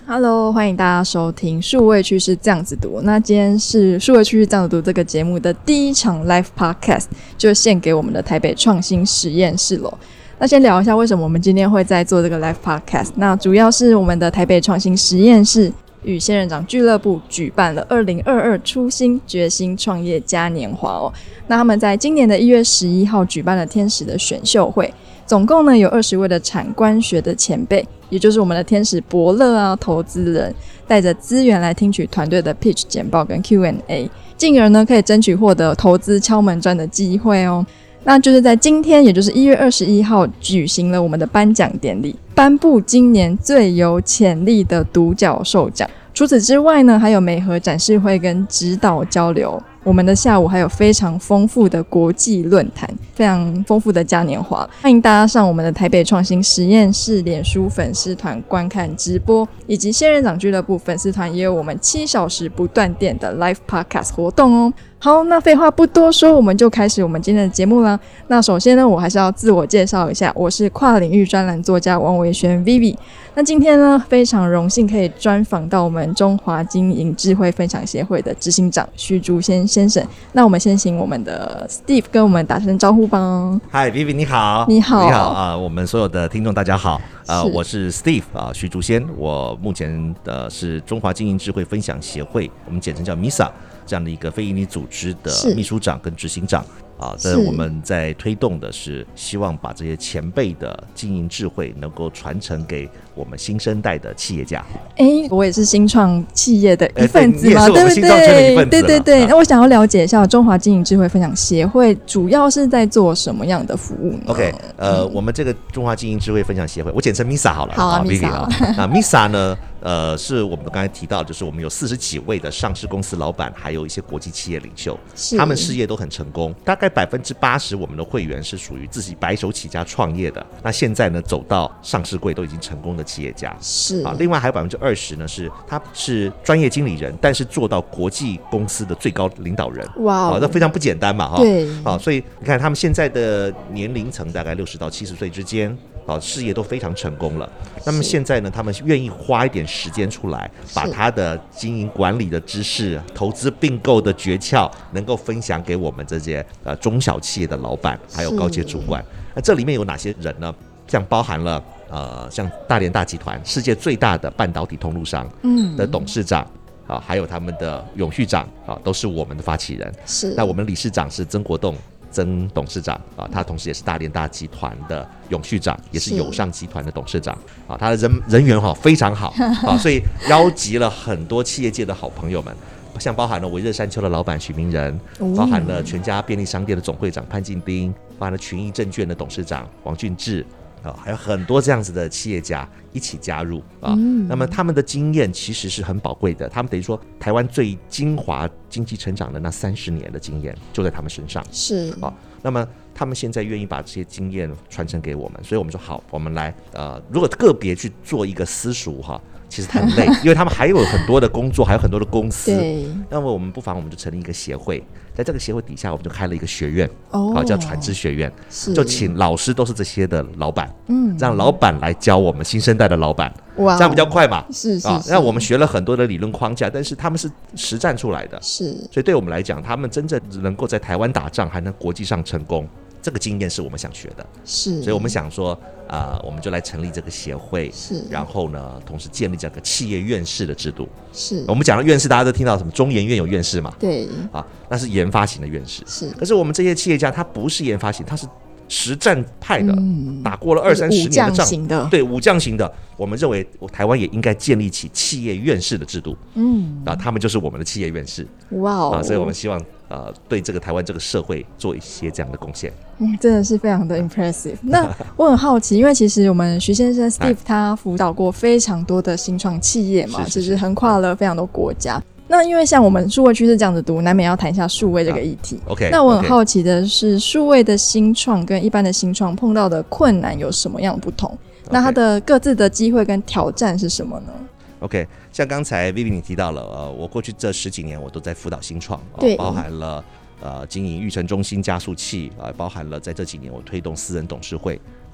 Hello， 欢迎大家收听数位趋势这样子读。那今天是数位趋势这样子读这个节目的第一场 Live Podcast， 就献给我们的台北创新实验室咯。那先聊一下为什么我们今天会在做这个 Live Podcast。那主要是我们的台北创新实验室与仙人掌俱乐部举办了2022初心决心创业嘉年华哦。那他们在今年的1月11号举办了天使的选秀会，总共呢有20位的产官学的前辈，也就是我们的天使伯乐啊，投资人带着资源来听取团队的 pitch 简报跟 Q&A， 进而呢可以争取获得投资敲门砖的机会哦。那就是在今天，也就是1月21号举行了我们的颁奖典礼，颁布今年最有潜力的独角兽奖。除此之外呢，还有媒合展示会跟指导交流。我们的下午还有非常丰富的国际论坛，非常丰富的嘉年华，欢迎大家上我们的台北创新实验室脸书粉丝团观看直播，以及仙人掌俱乐部粉丝团也有我们7小时不断电的 Live Podcast 活动哦。好，那废话不多说，我们就开始我们今天的节目啦。那首先呢，我还是要自我介绍一下，我是跨领域专栏作家王维轩 Vivi。那今天呢，非常荣幸可以专访到我们中华经营智慧分享协会的执行长徐竹先生。那我们先请我们的 Steve 跟我们打声招呼吧。 嗨 Vivi 你好。 你好。 你好我们所有的听众大家好。我是 Steve 徐竹先，我目前是中华经营智慧分享协会，我们简称叫 MISA 这样的一个非营利组织的秘书长跟执行长。这我们在推动的是希望把这些前辈的经营智慧能够传承给我们新生代的企业家。 我也是新创企业的一份子嘛， 对不对？ 对。那我想要了解一下中华经营智慧分享协会主要是在做什么样的服务呢？ OK， 我们这个中华经营智慧分享协会，我简称 MISA 好了。 好啊，MISA。 那 MISA 呢？是我们刚才提到，就是我们有40几位的上市公司老板，还有一些国际企业领袖，他们事业都很成功。大概80%我们的会员是属于自己白手起家创业的，那现在呢走到上市柜都已经成功的企业家。 是另外还有20%呢是他是专业经理人，但是做到国际公司的最高领导人。 哇， 这非常不简单嘛。 对。 所以你看他们现在的年龄层大概60到70岁之间。事业都非常成功了。那么现在呢，他们愿意花一点时间出来，把他的经营管理的知识、投资并购的诀窍，能够分享给我们这些中小企业的老板，还有高阶主管。那这里面有哪些人呢？像包含了像大联大集团世界最大的半导体通路商的董事长。还有他们的永续长都是我们的发起人。 是。 那我们理事长是曾国栋。曾董事长他同时也是大联大集团的永续长，也是友尚集团的董事长他的人缘非常好所以邀集了很多企业界的好朋友们，像包含了微热山丘的老板许明仁，包含了全家便利商店的总会长潘进丁，包含了群益证券的董事长王俊志还有很多这样子的企业家一起加入那么他们的经验其实是很宝贵的，他们等于说台湾最精华经济成长的那30年的经验就在他们身上。 是那么他们现在愿意把这些经验传承给我们，所以我们说好，我们来如果个别去做一个私塾其实很累，因为他们还有很多的工作，还有很多的公司。 对。 那么我们不妨我们就成立一个协会，在这个协会底下，我们就开了一个学院，叫传知学院，就请老师都是这些的老板，让老板来教我们新生代的老板，这样比较快嘛。 是。 那我们学了很多的理论框架，但是他们是实战出来的， 是。 所以对我们来讲，他们真正能够在台湾打仗，还能国际上成功。这个经验是我们想学的， 是， 所以我们想说，我们就来成立这个协会， 是， 然后呢，同时建立这个企业院士的制度， 是。 我们讲的院士，大家都听到什么中研院有院士嘛？ 对， 那是研发型的院士， 是。 可是我们这些企业家，他不是研发型，他是实战派的，打过了20-30年的仗，对，武将型的。我们认为台湾也应该建立起企业院士的制度，他们就是我们的企业院士。 哇所以我们希望对这个台湾这个社会做一些这样的贡献。 真的是非常的 impressive。那我很好奇，因为其实我们徐先生 Steve 他辅导过非常多的新创企业嘛，其实横跨了非常多国家。那因为像我们数位趋势这样子读，难免要谈一下数位这个议题。 OK， 那我很好奇的是，数位的新创跟一般的新创碰到的困难有什么样的不同？那它的各自的机会跟挑战是什么呢？ OK， 像刚才 Vivi 你提到了，我过去这10几年我都在辅导新创，包含了经营育成中心加速器包含了在这几年我推动私人董事会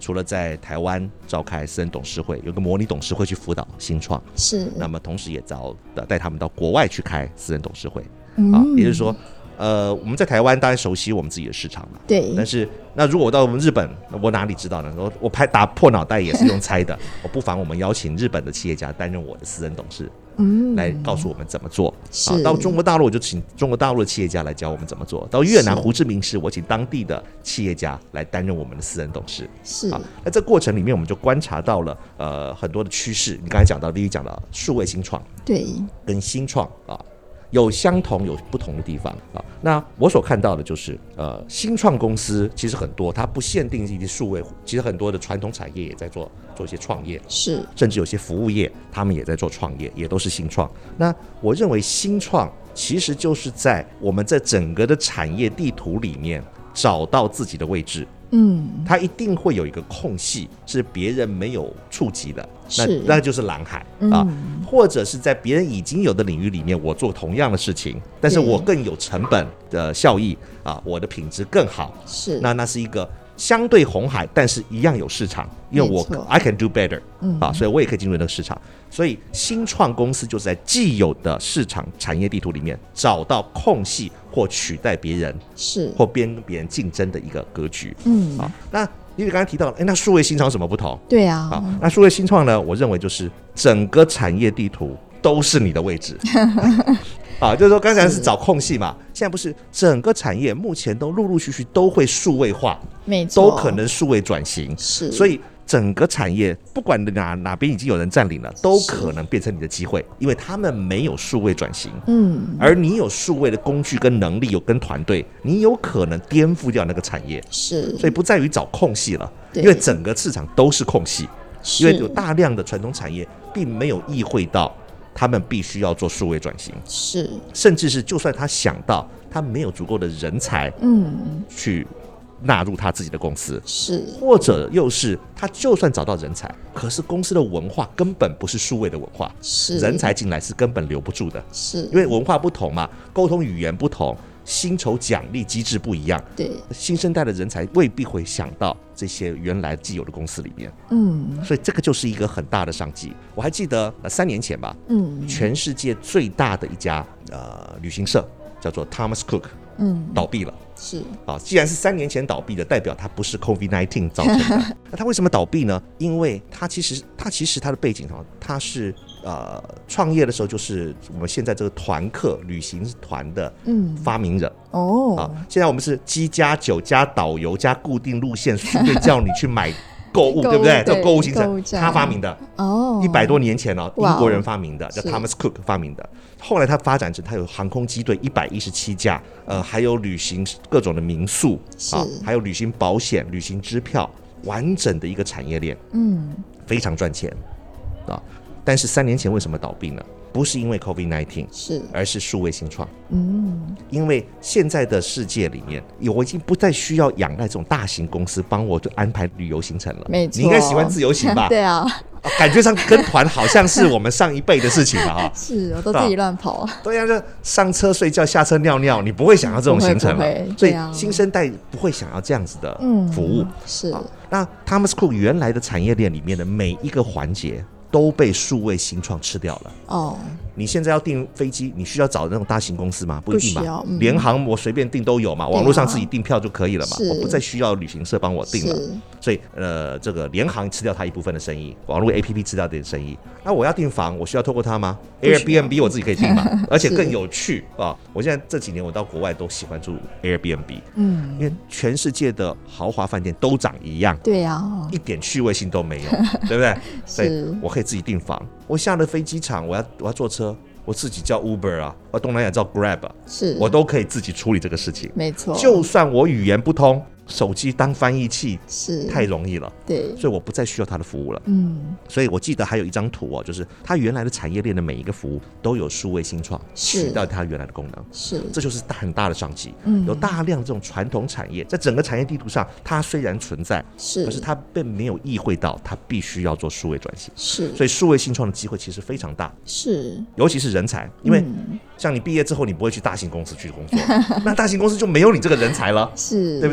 除了在台湾召开私人董事会，有个模拟董事会去辅导新创， 是， 那么同时也带他们到国外去开私人董事会，也就是说我们在台湾当然熟悉我们自己的市场嘛， 对， 但是那如果我到我们日本，我哪里知道呢？我打破脑袋也是用猜的。我不妨我们邀请日本的企业家担任我的私人董事，来告诉我们怎么做。到中国大陆我就请中国大陆的企业家来教我们怎么做。到越南胡志明市，我请当地的企业家来担任我们的私人董事。 是， 那这过程里面我们就观察到了很多的趋势。你刚才讲到，第一讲到数位新创，对，跟新创有相同有不同的地方啊。那我所看到的就是，新创公司其实很多，它不限定一些数位，其实很多的传统产业也在做一些创业，是，甚至有些服务业，他们也在做创业，也都是新创。那我认为新创其实就是在我们在整个的产业地图里面找到自己的位置。它一定会有一个空隙是别人没有触及的，那就是蓝海啊，或者是在别人已经有的领域里面，我做同样的事情，但是我更有成本的效益啊，我的品质更好，是，那是一个相对红海，但是一样有市场，因为我 I can do better，所以我也可以进入那个市场。所以新创公司就是在既有的市场产业地图里面找到空隙或取代别人，是，或跟别人竞争的一个格局。那因为刚才提到了，那数位新创有什么不同？对啊，那数位新创呢？我认为就是整个产业地图都是你的位置。就是说刚才是找空隙嘛，现在不是整个产业目前都陆陆续续都会数位化，没错，都可能数位转型，是，所以整个产业不管哪边已经有人占领了，都可能变成你的机会，因为他们没有数位转型，而你有数位的工具跟能力，有跟团队，你有可能颠覆掉那个产业，是，所以不在于找空隙了，因为整个市场都是空隙，因为有大量的传统产业并没有意会到他们必须要做数位转型，是，甚至是就算他想到，他没有足够的人才，去纳入他自己的公司，是，或者又是他就算找到人才，可是公司的文化根本不是数位的文化，是，人才进来是根本留不住的，是，因为文化不同嘛，沟通语言不同，薪酬奖励机制不一样，对，新生代的人才未必会想到这些原来既有的公司里面，所以这个就是一个很大的商机。我还记得3年前吧，全世界最大的一家旅行社叫做 Thomas Cook，倒闭了。是既然是3年前倒闭的，代表它不是 COVID-19 造成的。那它为什么倒闭呢？因为它其实它的背景它是创业的时候就是我们现在这个团客旅行团的发明人。现在我们是机加酒加导游加固定路线，顺便叫你去买购物，对不对？这购物行程他发明的，100多年前英国人发明的，叫 Thomas Cook 发明的。后来他发展成他有航空机队117架，还有旅行各种的民宿还有旅行保险、旅行支票，完整的一个产业链，非常赚钱但是3年前为什么倒闭呢？不是因为 COVID-19， 而是数位新创。因为现在的世界里面，我已经不再需要仰赖这种大型公司帮我安排旅游行程了。没错，你应该喜欢自由行吧？对啊，感觉上跟团好像是我们上一辈的事情了是，我都自己乱跑。对啊，就上车睡觉，下车尿尿，你不会想要这种行程了。所以新生代不会想要这样子的服务。是，那 Thomas Cook 原来的产业链里面的每一个环节都被数位新创吃掉了。你现在要订飞机，你需要找那种大型公司吗？不一定嘛。联航我随便订都有嘛，网络上自己订票就可以了嘛，我不再需要旅行社帮我订了。所以这个联航吃掉它一部分的生意，网络 APP 吃掉点生意。那我要订房，我需要透过它吗？ Airbnb 我自己可以订嘛，而且更有趣我现在这几年我到国外都喜欢住 Airbnb，因为全世界的豪华饭店都长一样，对啊，一点趣味性都没有，对不对？所以我可以自己订房，我下了飞机场，我要坐车，我自己叫 Uber 我东南亚叫 Grab， 是，我都可以自己处理这个事情。没错，就算我语言不通，手机当翻译器是太容易了，对，所以我不再需要他的服务了。所以我记得还有一张图就是他原来的产业链的每一个服务都有数位新创取代他原来的功能，是，这就是很大的商机。有大量这种传统产业在整个产业地图上，它虽然存在，是，可是它并没有意会到它必须要做数位转型，是，所以数位新创的机会其实非常大，是，尤其是人才，因为像你毕业之后，你不会去大型公司去工作，那大型公司就没有你这个人才了，是，对不对？对啊。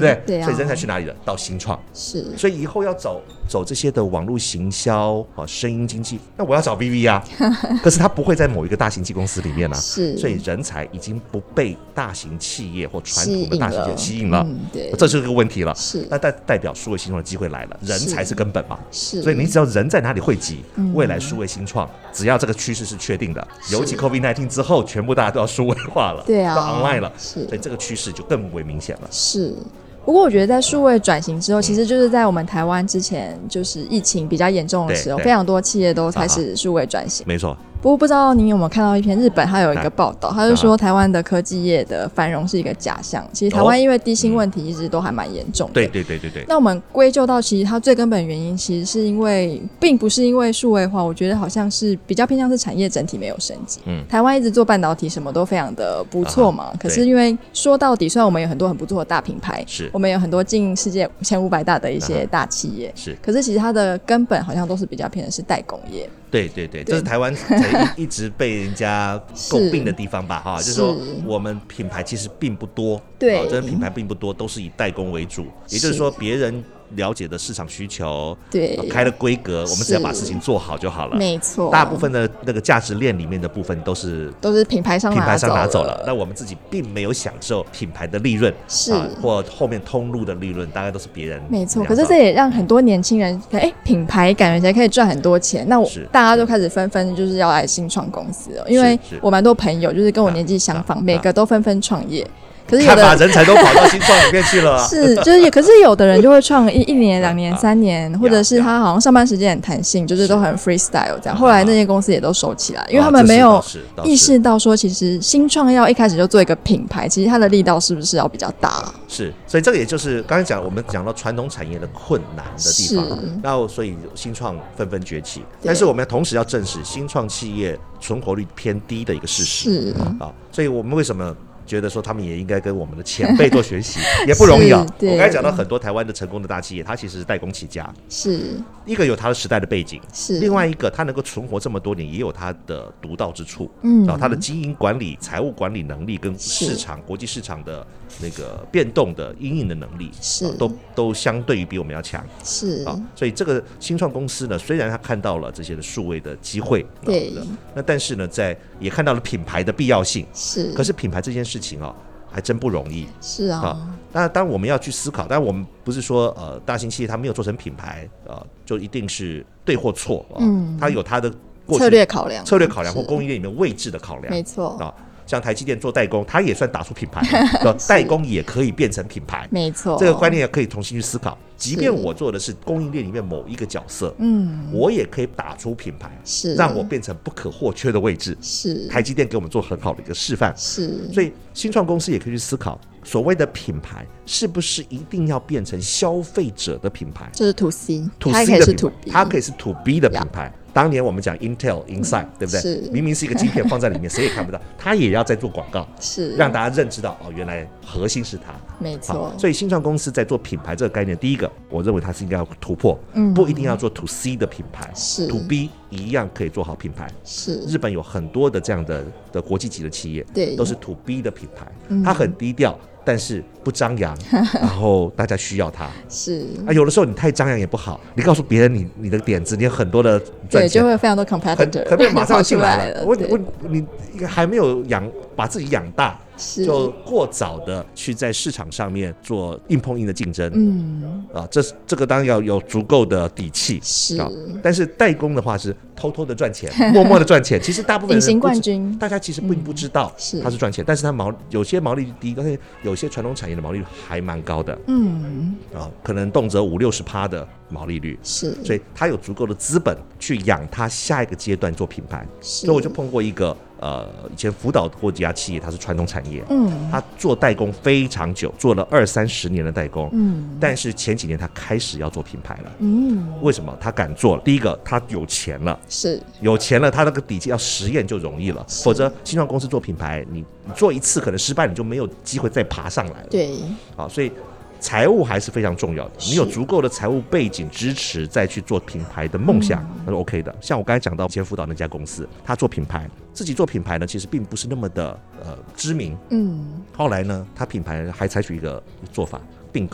所以人才去哪里了？到新创。 是， 所以以后要走这些的网络行销声音经济，那我要找 VV 啊，可是他不会在某一个大型公司里面啊， 是， 所以人才已经不被大型企业或传统的大型企业吸引了， 对， 这就是个问题了。 是， 那代表数位新创的机会来了，人才是根本嘛。 是， 所以你只要人在哪里汇集，未来数位新创，只要这个趋势是确定的，尤其 COVID-19 之后，全部大家都要数位化了， 对啊， 都 online 了， 是， 所以这个趋势就更为明显了。 是。不过我觉得在数位转型之后，其实就是在我们台湾之前就是疫情比较严重的时候，非常多企业都开始数位转型。 没错。 不过不知道您有没有看到一篇日本它有一个报道，他就说台湾的科技业的繁荣是一个假象。其实台湾因为低薪问题一直都还蛮严重的。对。那我们归咎到其实它最根本原因，其实是因为并不是因为数位化，我觉得好像是比较偏向是产业整体没有升级。台湾一直做半导体什么都非常的不错嘛，可是因为说到底，虽然我们有很多很不错的大品牌， 是我们有很多进世界前500大的一些大企业， 是， 可是其实它的根本好像都是比较偏的是代工业。 对，这是台湾一直被人家诟病的地方吧，就是说我们品牌其实并不多， 对， 这品牌并不多，都是以代工为主，也就是说别人了解的市场需求， 对， 开了规格，我们只要把事情做好就好了。 没错， 大部分的那个价值链里面的部分都是品牌商拿走了， 那我们自己并没有享受品牌的利润， 是或后面通路的利润，大概都是别人。 没错，可是这也让很多年轻人品牌感觉起来可以赚很多钱，那大家都开始纷纷就是要来新创公司了，因为我蛮多朋友就是跟我年纪相仿，每个都纷纷创业。可是有的人才都跑到新创里面去了， 是，就是可是有的人就会创一年、2年、3年，或者是他好像上班时间很弹性，就是都很 freestyle 这样。后来那些公司也都收起来，因为他们没有意识到说，其实新创要一开始就做一个品牌，其实它的力道是不是要比较大？ 是，所以这个也就是刚才我们讲到传统产业的困难的地方，那所以新创纷纷崛起，但是我们同时要正视新创企业存活率偏低的一个事实。所以我们为什么觉得说他们也应该跟我们的前辈做学习，也不容易啊。我刚才讲到很多台湾的成功的大企业，它其实是代工起家， 是一个有它的时代的背景， 是另外一个它能够存活这么多年，也有它的独到之处。它的经营管理、财务管理能力跟市场、国际市场的那个变动的因应的能力， 是都相对于比我们要强。 是所以这个新创公司呢，虽然他看到了这些的数位的机会， 对， 那但是呢，也看到了品牌的必要性。 是， 可是品牌这件事情还真不容易。 是啊， 那当然我们要去思考，但我们不是说大型企业它没有做成品牌就一定是对或错它有它的策略考量或供应链里面位置的考量。 没错像台积电做代工，它也算打出品牌代工也可以变成品牌。 没错， 这个观念也可以重新去思考。即便我做的是供应链里面某一个角色，我也可以打出品牌， 是让我变成不可或缺的位置。 是台积电给我们做很好的一个示范。 是， 所以新创公司也可以去思考，所谓的品牌是不是一定要变成消费者的品牌？ 这是 to C， 它可以是 to B， 它可以是 to B 的品牌。当年我们讲 Intel Inside，对不对？明明是一个晶片放在里面，谁也看不到，它也要在做广告， 是让大家认知到原来核心是它。 没错。 所以新创公司在做品牌这个概念，第一个，我认为它是应该要突破，不一定要做 to C 的品牌， 是 to B 一样可以做好品牌。 是日本有很多的这样的国际级的企业， 对， 都是 to B 的品牌，它很低调。但是不张扬，然后大家需要它。是有的时候你太张扬也不好，你告诉别人你的点子，你有很多的赚钱， 对，就会有非常多 competitor， 可能马上进来了。你还没有把自己养大，就过早的去在市场上面做硬碰硬的竞争。这个当然要有足够的底气。是，但是代工的话是偷偷的赚钱，默默的赚钱。其实大部分人隐形冠军，大家其实并不知道他是赚钱，但是他有些毛利率低，但是有些传统产业的毛利率还蛮高的。可能动辄50-60%的毛利率。是，所以他有足够的资本去养他下一个阶段做品牌。所以我就碰过一个以前辅导过几家企业，它是传统产业，他做代工非常久，做了20-30年的代工，但是前几年他开始要做品牌了。为什么他敢做了？第一个，他有钱了，是有钱了，他那个底气要实验就容易了，否则新创公司做品牌，你做一次可能失败，你就没有机会再爬上来了。对，所以财务还是非常重要的，你有足够的财务背景支持，再去做品牌的梦想，那是 OK 的。像我刚才讲到以前辅导那家公司，他做品牌，自己做品牌呢，其实并不是那么的知名。后来呢，他品牌还采取一个做法，并购。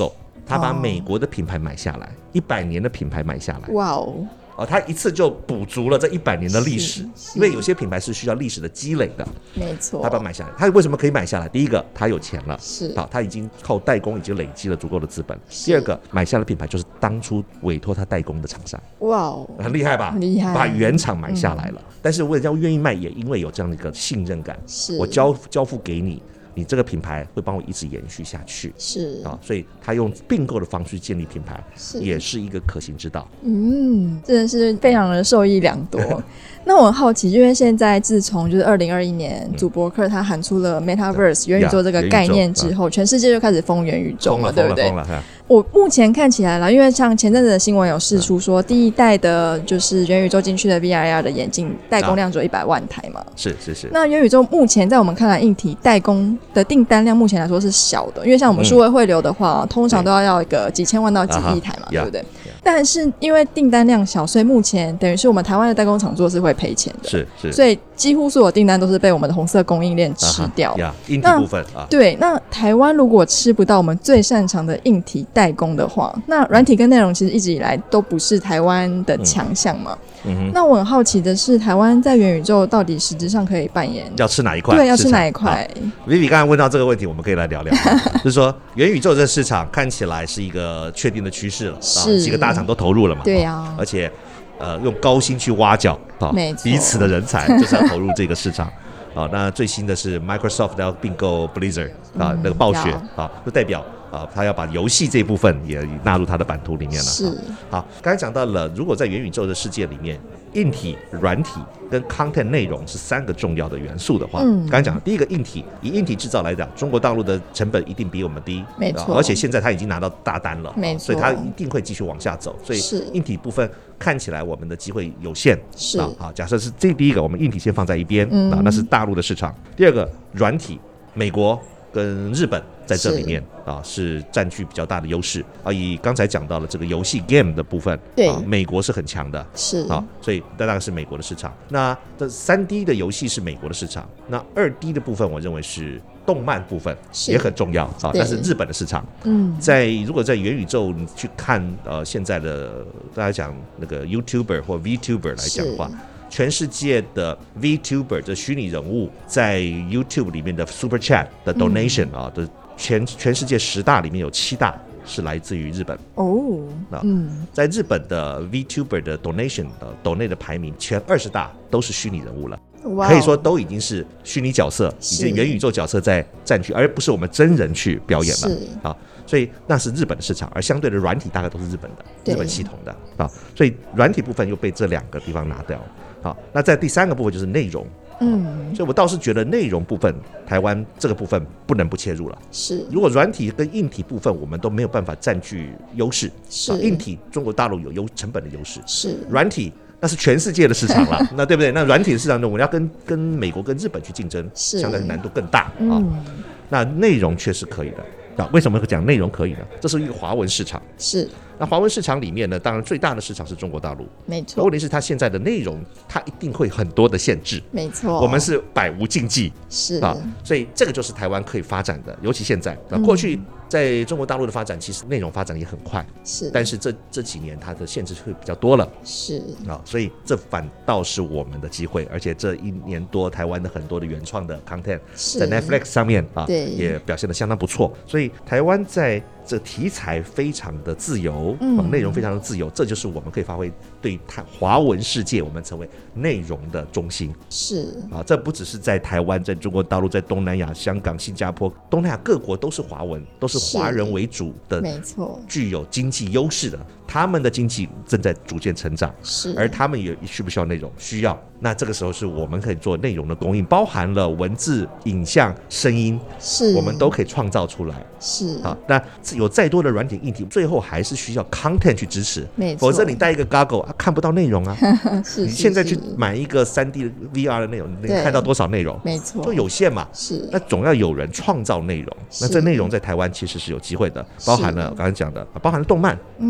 他把美国的品牌买下来，100年的品牌买下来。 哇哦！ 他一次就补足了这100年的历史，因为有些品牌是需要历史的积累的。 没错， 他把它买下来，他为什么可以买下来？第一个，他有钱了， 是他已经靠代工已经累积了足够的资本。第二个，买下的品牌就是当初委托他代工的厂商。 哇哦， 很厉害吧？ 很厉害， 把原厂买下来了。但是人家愿意卖，也因为有这样的一个信任感， 是我交付给你。你这个品牌会帮我一直延续下去， 是所以他用并购的方式建立品牌，也是一个可行之道。 真的是非常的受益良多。那我很好奇，因为现在自从就是2021年祖伯克他喊出了 Metaverse 元宇宙这个概念之后，全世界就开始疯元宇宙了，对不对？我目前看起来啦，因为像前阵子的新闻有释出说，第一代的就是元宇宙进去的 VR 的眼镜代工量只有100万台嘛。 是。 那元宇宙目前在我们看来，硬体代工的订单量目前来说是小的，因为像我们数位汇流的话，通常都要一个几千万到几亿台嘛，对不对？但是因为订单量小，所以目前等于是我们台湾的代工厂做是会赔钱的， 是， 所以几乎所有订单都是被我们的红色供应链吃掉。 硬体部分对，那台湾如果吃不到我们最擅长的硬体代工的话，那软体跟内容其实一直以来都不是台湾的强项嘛。那我很好奇的是，台湾在元宇宙到底实质上可以扮演要吃哪一块？ 对，要吃哪一块 ？Vivi 刚才问到这个问题，我们可以来聊聊，就是说元宇宙这个市场看起来是一个确定的趋势了，几个大厂都投入了嘛， 对啊， 而且用高薪去挖角彼此的人才，就是要投入这个市场。那最新的是 Microsoft 要并购 Blizzard 那个暴雪就代表他要把游戏这一部分也纳入他的版图里面了。 是。 好，刚才讲到了，如果在元宇宙的世界里面，硬体、软体跟 content 内容是3个重要的元素的话，刚才讲的第一个硬体，以硬体制造来讲，中国大陆的成本一定比我们低， 没错， 而且现在他已经拿到大单了， 没错， 所以他一定会继续往下走，所以硬体部分看起来我们的机会有限。 是好，假设是这第一个，我们硬体先放在一边，那是大陆的市场。第二个软体，美国跟日本在这里面是占据比较大的优势以刚才讲到了这个游戏 game 的部分， 对美国是很强的， 是所以大概是美国的市场。那这3D 的游戏是美国的市场，那2D 的部分我认为是动漫部分也很重要但是日本的市场，如果在元宇宙你去看现在的大家讲那个 YouTuber 或 VTuber 来讲的话，全世界的 VTuber 的虚拟人物在 YouTube 里面的 Super Chat 的 donation 的全世界10大里面有7大是来自于日本在日本的 VTuber 的 donation donate 的排名前20大都是虚拟人物了。可以说都已经是虚拟角色，已经元宇宙角色在占据，而不是我们真人去表演了所以那是日本的市场，而相对的软体大概都是日本的日本系统的所以软体部分又被这2个地方拿掉了。那在第3个部分就是内容，所以我倒是觉得内容部分台湾这个部分不能不切入了。 是， 如果软体跟硬体部分我们都没有办法占据优势，硬体中国大陆有成本的优势， 是软体那是全世界的市场了，那对不对？那软体的市场呢，我们要跟美国跟日本去竞争，相对难度更大那内容确实可以的为什么会讲内容可以呢？这是一个华文市场， 是。 那华文市场里面呢，当然最大的市场是中国大陆， 没错。 问题是它现在的内容，它一定会很多的限制， 没错。 我们是百无禁忌， 是所以这个就是台湾可以发展的，尤其现在。过去在中国大陆的发展，其实内容发展也很快， 是。 但是这几年它的限制会比较多了， 是所以这反倒是我们的机会，而且这1年多，台湾的很多的原创的 content 在 Netflix 上面也表现得相当不错，所以台湾在这题材非常的自由，内容非常的自由，这就是我们可以发挥对华文世界我们成为内容的中心。 是这不只是在台湾，在中国大陆，在东南亚、香港、新加坡，东南亚各国都是华文，都是华人为主的， 没错， 具有经济优势的，他们的经济正在逐渐成长， 是， 而他们也需不需要内容？需要。那这个时候是我们可以做内容的供应，包含了文字、影像、声音，是我们都可以创造出来。 是那有再多的软体硬体，最后还是需要 content 去支持，否则你戴一个 goggle 看不到内容啊。你现在去买一个3D VR 的内容，你看到多少内容？ 没错， 就有限嘛。 是， 那总要有人创造内容。那这内容在台湾其实是有机会的，包含了我刚才讲的，包含了动漫，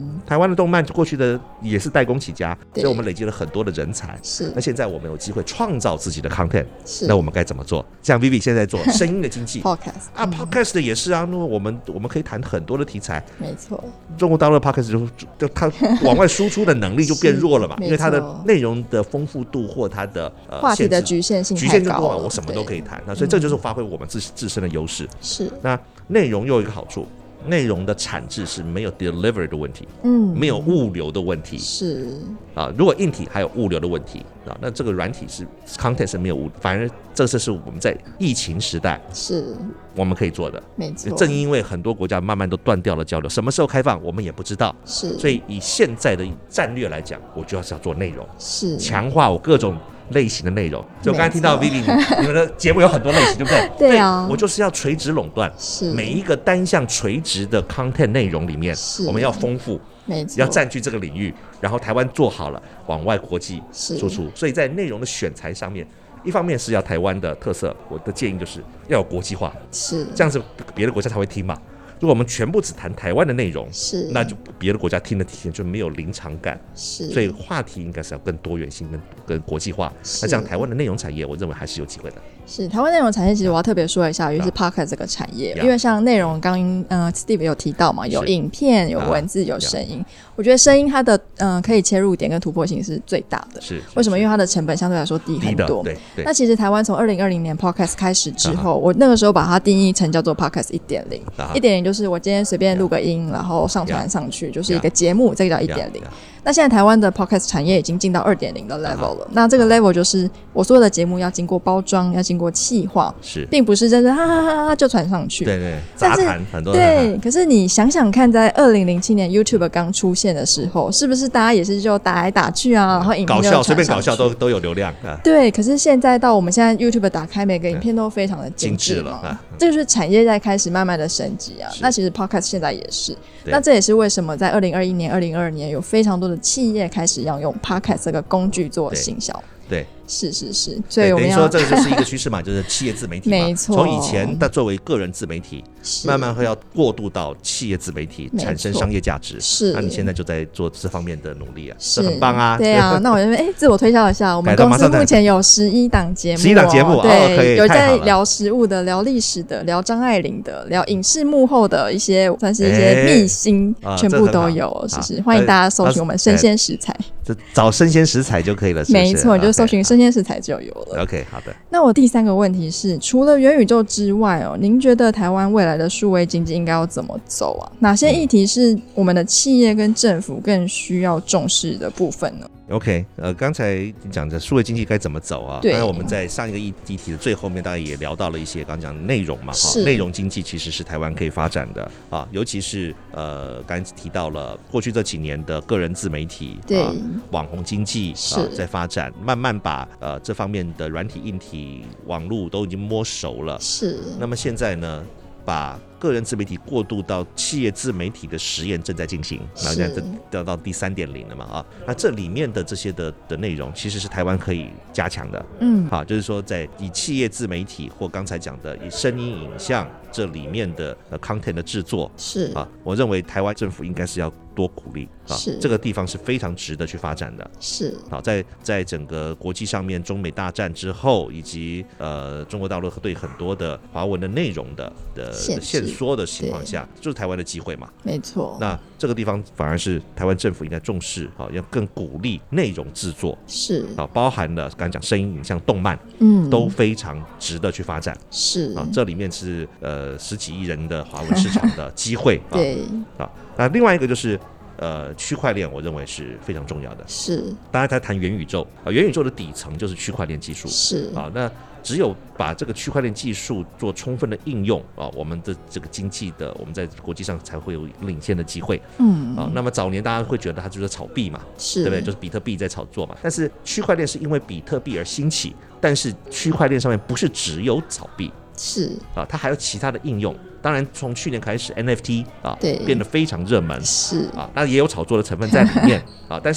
台湾的动漫过去的也是代工起家， 对所以我们累积了很多的人才。 是那现在我们有机会创造自己的 content， 是， 那我们该怎么做？像 Vivi 现在做声音的经济 podcast 啊，podcast 也是啊，那我们可以谈很多的题材。 没错， 中国大陆的 podcast 就它往外输出的能力就变弱了嘛，因为它的内容的丰富度或它的话题的局限性局限太高了，我什么都可以谈。那所以这就是发挥我们自身的优势。 是， 那内容又有一个好处。内容的产制是没有 delivery 的问题，没有物流的问题， 是啊。如果硬体还有物流的问题啊，那这个软体是 content 是没有物，反而这是我们在疫情时代是我们可以做的， 没错。 正因为很多国家慢慢都断掉了交流，什么时候开放我们也不知道， 是。 所以以现在的战略来讲，我就要做内容， 是强化我各种类型的内容。就我刚才听到 Vivi 你们的节目有很多类型，对不对？ 对啊， 我就是要垂直垄断， 是每一个单项垂直的 content 内容里面，我们要丰富，要占据这个领域，然后台湾做好了，往外国际输出。所以在内容的选材上面，一方面是要台湾的特色，我的建议就是要有国际化， 是这样子别的国家才会听嘛。如果我们全部只谈台湾的内容，那就别的国家听的体验就没有临场感，所以话题应该是要更多元性、跟国际化。那这样台湾的内容产业，我认为还是有机会的。 是台湾内容产业，其实我要特别说一下，尤其是 Podcast 这个产业，因为像内容刚Steve 有提到嘛，有影片、有文字、有声音。我觉得声音它的可以切入点跟突破性是最大的。 是为什么？因为它的成本相对来说低很多。 对。 那其实台湾从2020年 Podcast 开始之后，我那个时候把它定义成叫做 Podcast 1.0。1.0就是我今天随便录个音，然后上传上去，就是一个节目，这个叫1.0。那现在台湾的 Podcast 产业已经进到2.0的 level 了。那这个 level 就是我所有的节目要经过包装，要经过企划，并不是真的哈哈哈哈就传上去。 对，杂谈很多。 对，可是你想想看，在2007年 YouTube 刚出现的时候，是不是大家也是就打来打去啊，然后影片就搞笑，随便搞笑都有流量。 对，可是现在到我们现在 YouTube 打开，每个影片都非常的精致了，这就是产业在开始慢慢的升级啊。那其实 Podcast 现在也是，那这也是为什么在2021年、2022年有非常多的企业开始要用 Podcast 这个工具做行销。 对， 是，所以我们要等于说这个就是一个趋势嘛，就是企业自媒体嘛， 没错。 从以前的作为个人自媒体，慢慢会要过渡到企业自媒体，产生商业价值。 是， 那你现在就在做这方面的努力啊，这很棒啊。 对啊，那我这边自我推销一下，我们公司目前有11档节目 ，11档节目， 对，有在聊食物的，聊历史的，聊张爱玲的，聊影视幕后的一些，算是一些秘辛，全部都有。是，欢迎大家搜寻我们生鲜食材， 找生鲜食材就可以了。 没错，就搜寻生鲜食材就有了。 OK， 好的。 那我第3个问题是，除了元宇宙之外您觉得台湾未来的数位经济应该要怎么走啊？哪些议题是我们的企业跟政府更需要重视的部分呢 ？OK， 刚才讲的数位经济该怎么走啊？ 对， 当然我们在上一个议题的最后面，大概也聊到了一些刚讲的内容嘛，内容经济其实是台湾可以发展的啊，尤其是刚才提到了过去这几年的个人自媒体、网红经济在发展，慢慢把这方面的软体、硬体、网络都已经摸熟了。 是， 那么现在呢，把个人自媒体过渡到企业自媒体的实验正在进行，然后现在得到第3.0了嘛那这里面的这些的内容其实是台湾可以加强的，就是说在以企业自媒体或刚才讲的以声音、影像这里面的content 的制作是我认为台湾政府应该是要多鼓励这个地方是非常值得去发展的。 是在整个国际上面，中美大战之后，以及中国大陆对很多的华文的内容的限缩的情况下，就是台湾的机会嘛。 没错。 那这个地方反而是台湾政府应该重视要更鼓励内容制作， 是包含了刚才讲声音、影像、动漫，都非常值得去发展。 是这里面是10几亿人的华文市场的机会。 对那另外一个就是区块链，我认为是非常重要的。 是， 大家在谈元宇宙元宇宙的底层就是区块链技术。 是那只有把这个区块链技术做充分的应用我们的这个经济的，我们在国际上才会有领先的机会。那么早年大家会觉得它就是炒币嘛，对不对？就是比特币在炒作嘛。但是区块链是因为比特币而兴起，但是区块链上面不是只有炒币。 是它还有其他的应用。当然，从去年开始 ，NFT 对， 变得非常热门。 是那也有炒作的成分在里面但是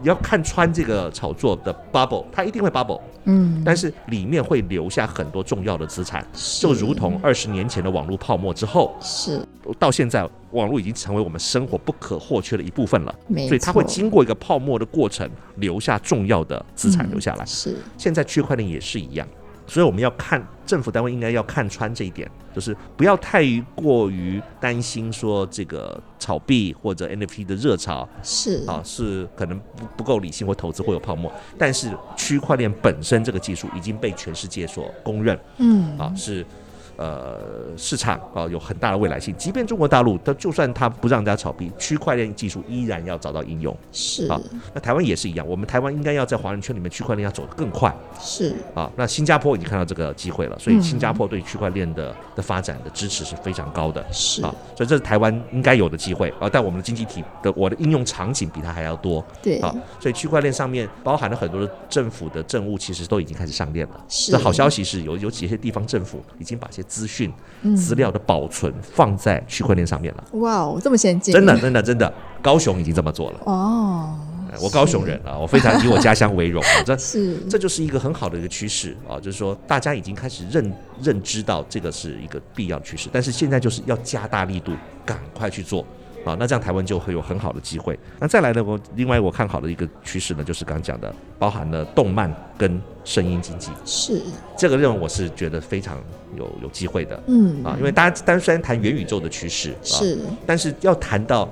要看穿这个炒作的 bubble， 它一定会 bubble，但是里面会留下很多重要的资产，就如同20年前的网络泡沫之后， 是到现在网络已经成为我们生活不可或缺的一部分了， 所以它会经过一个泡沫的过程，留下重要的资产留下来。 是， 现在区块链也是一样。所以我们要看政府单位应该要看穿这一点，就是不要太过于担心说这个炒币或者 NFT 的热潮是可能不够理性或投资会有泡沫，但是区块链本身这个技术已经被全世界所公认，是市场有很大的未来性。即便中国大陆，就算它不让大家炒币，区块链技术依然要找到应用。 是那台湾也是一样，我们台湾应该要在华人圈里面区块链要走得更快。 是那新加坡已经看到这个机会了，所以新加坡对区块链的发展的支持是非常高的。 是所以这是台湾应该有的机会但我们的经济体的我的应用场景比它还要多。 对所以区块链上面包含了很多的政府的政务，其实都已经开始上链了。这好消息是有几些地方政府已经把些资讯资料的保存放在区块链上面了。 哇，这么先进！ 真的，高雄已经这么做了。我高雄人我非常以我家乡为荣这就是一个很好的一个趋势就是说大家已经开始认知到这个是一个必要的趋势，但是现在就是要加大力度，赶快去做。那这样台湾就会有很好的机会。那再来呢，另外我看好的一个趋势呢，就是刚刚讲的，包含了动漫跟声音经济。是这个我是觉得非常有机会的。因为大家虽然谈元宇宙的趋势但是要谈到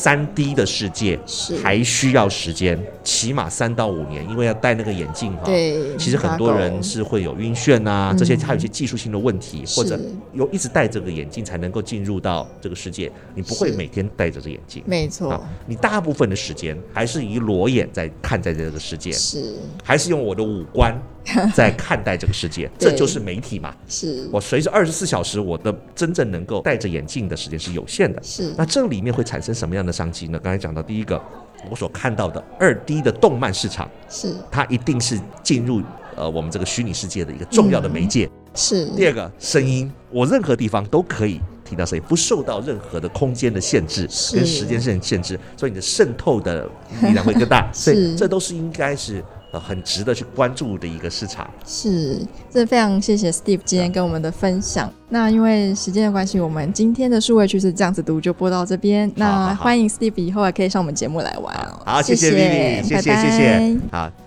3D 的世界还需要时间，起码3到5年，因为要戴那个眼镜对，其实很多人是会有晕眩这些还有一些技术性的问题，或者一直戴这个眼镜才能够进入到这个世界，你不会每天戴着这眼镜。没错你大部分的时间还是以裸眼在看待这个世界，是还是用我的五官在看待这个世界这就是媒体嘛。是我随着24小时我的真正能够戴着眼镜的时间是有限的。是那这里面会产生什么样的商机呢？刚才讲到第一个我所看到的2D 的动漫市场，是它一定是进入我们这个虚拟世界的一个重要的媒介。是第二个声音，我任何地方都可以听到声音，不受到任何的空间的限制跟时间限制，所以你的渗透的力量会更大。所以这都是应该是很值得去关注的一个市场。是，这非常谢谢 Steve 今天跟我们的分享。那因为时间的关系，我们今天的数位趋势这样子读就播到这边。那欢迎 Steve 以后还可以上我们节目来玩好，谢谢 Vivi， 谢谢。好。